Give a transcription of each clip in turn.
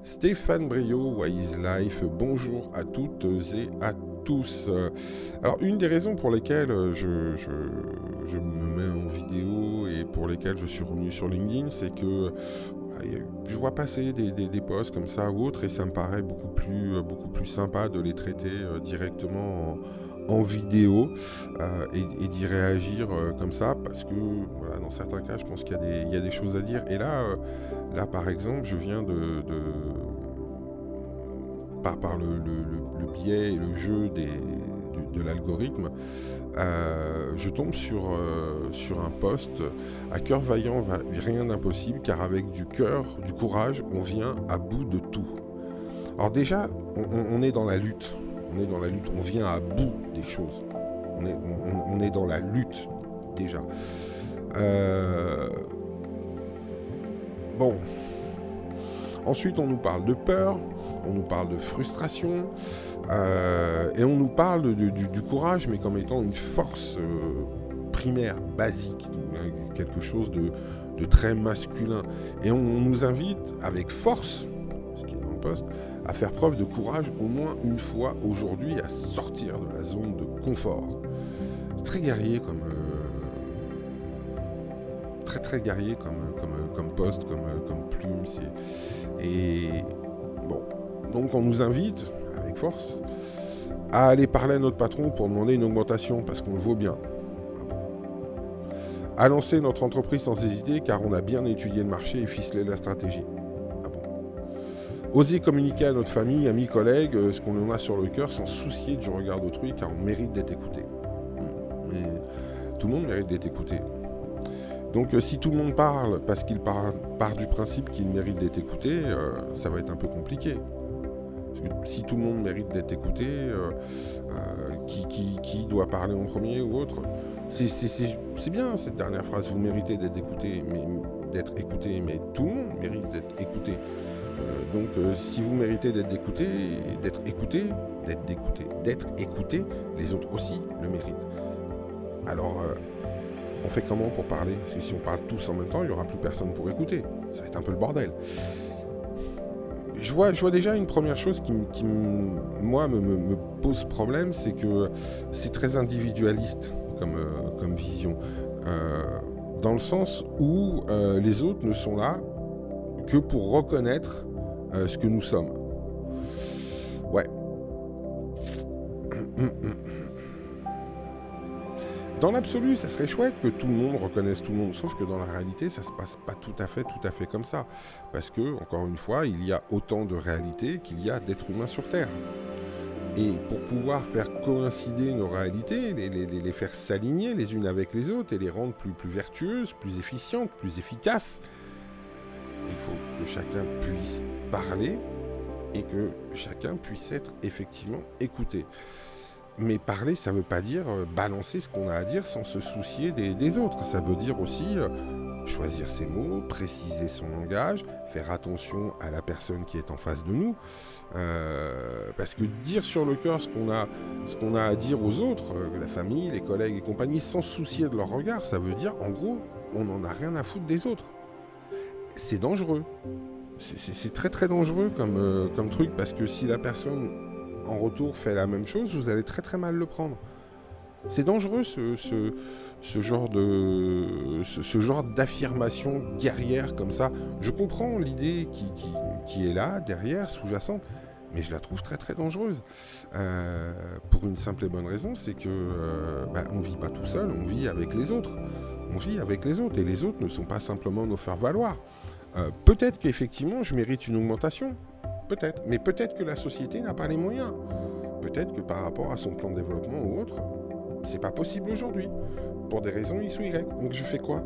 Stéphane Brio, Wise Life, bonjour à toutes et à tous. Alors, une des raisons pour lesquelles je me mets en vidéo et pour lesquelles je suis revenu sur LinkedIn, c'est que je vois passer des posts comme ça ou autres et ça me paraît beaucoup plus sympa de les traiter directement en vidéo et d'y réagir comme ça parce que voilà, dans certains cas je pense qu'il y a des choses à dire et là par exemple je viens par le biais et le jeu de l'algorithme je tombe sur un post à cœur vaillant, rien d'impossible car avec du cœur, du courage on vient à bout de tout. Alors déjà on est dans la lutte. On vient à bout des choses. On est dans la lutte, déjà. Bon. Ensuite, on nous parle de peur, on nous parle de frustration, et on nous parle du courage, mais comme étant une force primaire, basique, quelque chose de très masculin. Et on nous invite, avec force, ce qui est dans le poste, à faire preuve de courage au moins une fois aujourd'hui, à sortir de la zone de confort. C'est très guerrier très guerrier comme poste, comme plume. Et bon, donc on nous invite, avec force, à aller parler à notre patron pour demander une augmentation, parce qu'on le vaut bien. À lancer notre entreprise sans hésiter, car on a bien étudié le marché et ficelé la stratégie. Oser communiquer à notre famille, amis, collègues, ce qu'on en a sur le cœur sans soucier du regard d'autrui car on mérite d'être écouté. Mais tout le monde mérite d'être écouté. Donc si tout le monde parle parce qu'il part du principe qu'il mérite d'être écouté, ça va être un peu compliqué. Parce que si tout le monde mérite d'être écouté, qui doit parler en premier ou autre, c'est bien cette dernière phrase, vous méritez d'être écouté, mais tout le monde mérite d'être écouté. Donc si vous méritez d'être écouté, les autres aussi le méritent. Alors on fait comment pour parler? Parce que si on parle tous en même temps, il n'y aura plus personne pour écouter. Ça va être un peu le bordel. Je vois déjà une première chose qui moi, me pose problème, c'est que c'est très individualiste comme vision. Dans le sens où les autres ne sont là que pour reconnaître ce que nous sommes. Ouais. Dans l'absolu, ça serait chouette que tout le monde reconnaisse tout le monde, sauf que dans la réalité, ça se passe pas tout à fait comme ça. Parce que, encore une fois, il y a autant de réalités qu'il y a d'êtres humains sur Terre. Et pour pouvoir faire coïncider nos réalités, les faire s'aligner les unes avec les autres et les rendre plus vertueuses, plus efficientes, plus efficaces, il faut que chacun puisse parler et que chacun puisse être effectivement écouté. Mais parler, ça ne veut pas dire balancer ce qu'on a à dire sans se soucier des autres. Ça veut dire aussi choisir ses mots, préciser son langage, faire attention à la personne qui est en face de nous. Parce que dire sur le cœur ce qu'on a à dire aux autres, la famille, les collègues et compagnie, sans se soucier de leur regard, ça veut dire, en gros, on n'en a rien à foutre des autres. C'est dangereux. C'est très très dangereux comme truc, parce que si la personne en retour fait la même chose, vous allez très très mal le prendre. C'est dangereux ce genre d'affirmation guerrière comme ça. Je comprends l'idée qui est là, derrière, sous-jacente, mais je la trouve très très dangereuse. Pour une simple et bonne raison, c'est que on ne vit pas tout seul, on vit avec les autres. On vit avec les autres, et les autres ne sont pas simplement nos faire-valoir. Peut-être qu'effectivement, je mérite une augmentation. Peut-être. Mais peut-être que la société n'a pas les moyens. Peut-être que par rapport à son plan de développement ou autre, c'est pas possible aujourd'hui. Pour des raisons X ou Y. Donc je fais quoi?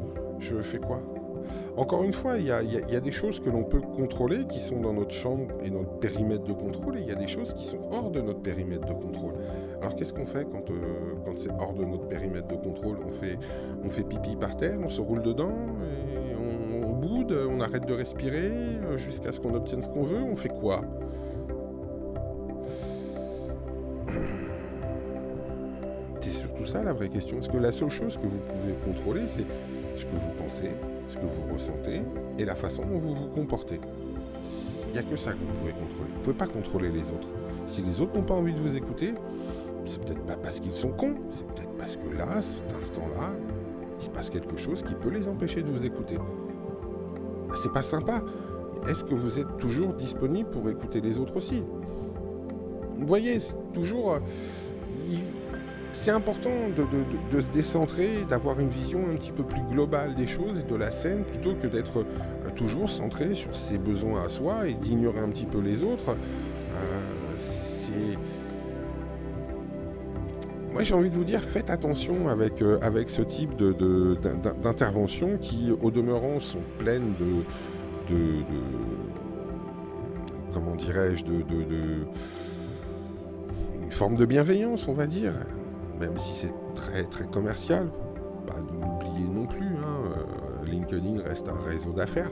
Encore une fois, il y a des choses que l'on peut contrôler, qui sont dans notre champ et notre périmètre de contrôle, et il y a des choses qui sont hors de notre périmètre de contrôle. Alors qu'est-ce qu'on fait quand c'est hors de notre périmètre de contrôle? On fait pipi par terre, on se roule dedans, et on boude, on arrête de respirer, jusqu'à ce qu'on obtienne ce qu'on veut, on fait quoi? C'est surtout ça la vraie question. Parce que la seule chose que vous pouvez contrôler, c'est ce que vous pensez, ce que vous ressentez et la façon dont vous vous comportez. Il n'y a que ça que vous pouvez contrôler. Vous ne pouvez pas contrôler les autres. Si les autres n'ont pas envie de vous écouter, c'est peut-être pas parce qu'ils sont cons, c'est peut-être parce que là, cet instant-là, il se passe quelque chose qui peut les empêcher de vous écouter. C'est pas sympa. Est-ce que vous êtes toujours disponible pour écouter les autres aussi? Vous voyez, c'est toujours... c'est important de se décentrer, d'avoir une vision un petit peu plus globale des choses et de la scène, plutôt que d'être toujours centré sur ses besoins à soi et d'ignorer un petit peu les autres. Moi, j'ai envie de vous dire, faites attention avec ce type d'interventions qui, au demeurant, sont pleines comment dirais-je, une forme de bienveillance, on va dire, même si c'est très très commercial, pas de l'oublier non plus, hein. LinkedIn reste un réseau d'affaires,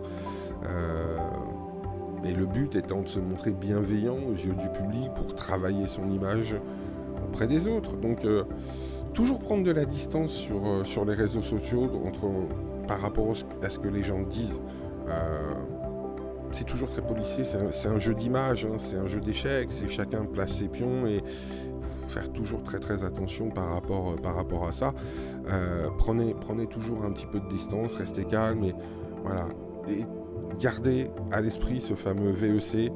et le but étant de se montrer bienveillant aux yeux du public pour travailler son image auprès des autres. Donc toujours prendre de la distance sur les réseaux sociaux par rapport à ce que les gens disent. C'est toujours très policé, c'est un jeu d'image, hein, c'est un jeu d'échecs, c'est chacun place ses pions et faut faire toujours très très attention par rapport à ça. Prenez toujours un petit peu de distance, restez calme et voilà. Et gardez à l'esprit ce fameux VEC,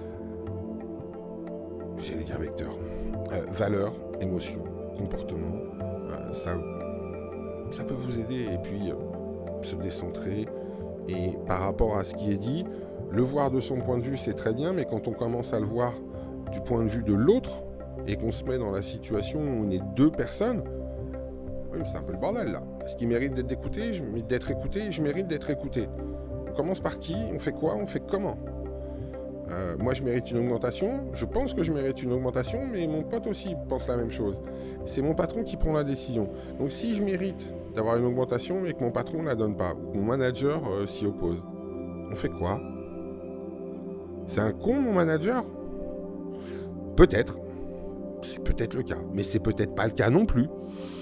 j'allais dire vecteur, valeur, émotion, comportement, ça peut vous aider et puis se décentrer. Et par rapport à ce qui est dit, le voir de son point de vue, c'est très bien, mais quand on commence à le voir du point de vue de l'autre, et qu'on se met dans la situation où on est deux personnes, oui, c'est un peu le bordel, là. Est-ce qu'il mérite d'être écouté? Je mérite d'être écouté. On commence par qui? On fait quoi? On fait comment? Moi, je mérite une augmentation. Je pense que je mérite une augmentation, mais mon pote aussi pense la même chose. C'est mon patron qui prend la décision. Donc, si je mérite d'avoir une augmentation et que mon patron ne la donne pas, ou que mon manager s'y oppose, on fait quoi? C'est un con, mon manager? Peut-être. C'est peut-être le cas. Mais c'est peut-être pas le cas non plus.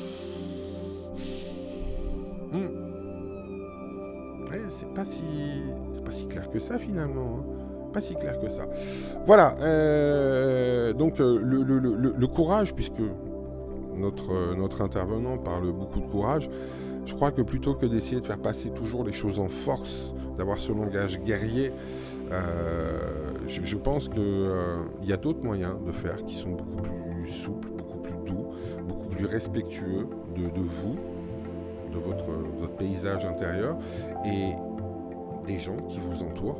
Ouais, c'est pas si clair que ça, finalement. Hein. Pas si clair que ça. Voilà. Donc, le courage, puisque notre intervenant parle beaucoup de courage, je crois que plutôt que d'essayer de faire passer toujours les choses en force, d'avoir ce langage guerrier, je pense qu'il y a d'autres moyens de faire qui sont beaucoup plus souples, beaucoup plus doux, beaucoup plus respectueux de vous, de votre paysage intérieur et des gens qui vous entourent,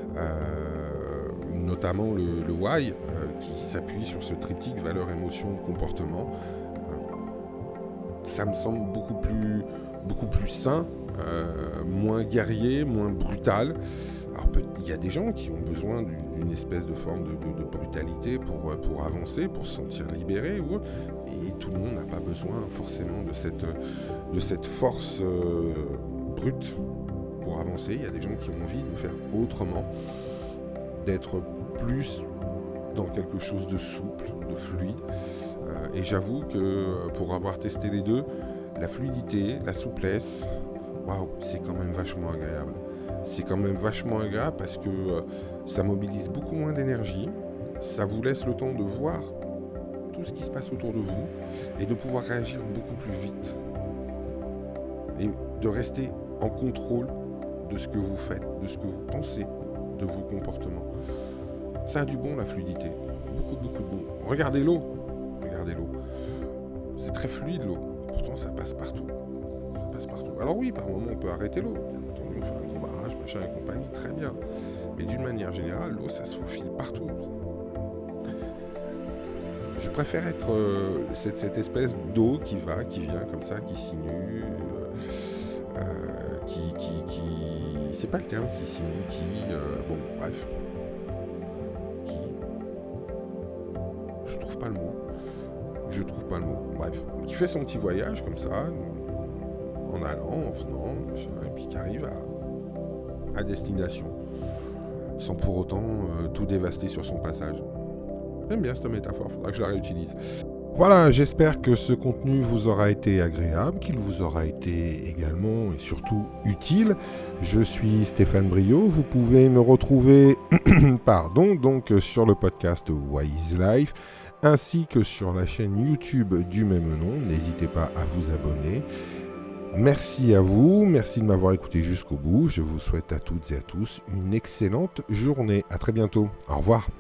notamment le why qui s'appuie sur ce triptyque valeur, émotion, comportement. Ça me semble beaucoup plus sain, moins guerrier, moins brutal. Alors il y a des gens qui ont besoin d'une espèce de forme de brutalité pour avancer, pour se sentir libéré, et tout le monde n'a pas besoin forcément de cette force brute pour avancer. Il y a des gens qui ont envie de faire autrement, d'être plus dans quelque chose de souple, de fluide. Et j'avoue que pour avoir testé les deux, la fluidité, la souplesse, waouh, c'est quand même vachement agréable. C'est quand même vachement agréable parce que ça mobilise beaucoup moins d'énergie, ça vous laisse le temps de voir tout ce qui se passe autour de vous et de pouvoir réagir beaucoup plus vite. Et de rester en contrôle de ce que vous faites, de ce que vous pensez, de vos comportements. Ça a du bon, la fluidité. Beaucoup de bon. Regardez l'eau. C'est très fluide, l'eau. Pourtant, ça passe partout. Alors oui, par moment, on peut arrêter l'eau. Bien entendu, on fait un gros barrage, machin et compagnie, très bien. Mais d'une manière générale, l'eau, ça se faufile partout. Je préfère être cette espèce d'eau qui vient comme ça, qui sinue, c'est pas le terme qui sinue, bon, bref. Je trouve pas le mot. Bref, qui fait son petit voyage comme ça, en allant, en venant, et puis qui arrive à destination, sans pour autant tout dévaster sur son passage. J'aime bien cette métaphore, faudra que je la réutilise. Voilà, j'espère que ce contenu vous aura été agréable, qu'il vous aura été également et surtout utile. Je suis Stéphane Briot, vous pouvez me retrouver donc sur le podcast Wise Life, ainsi que sur la chaîne YouTube du même nom. N'hésitez pas à vous abonner. Merci à vous, merci de m'avoir écouté jusqu'au bout. Je vous souhaite à toutes et à tous une excellente journée. À très bientôt. Au revoir.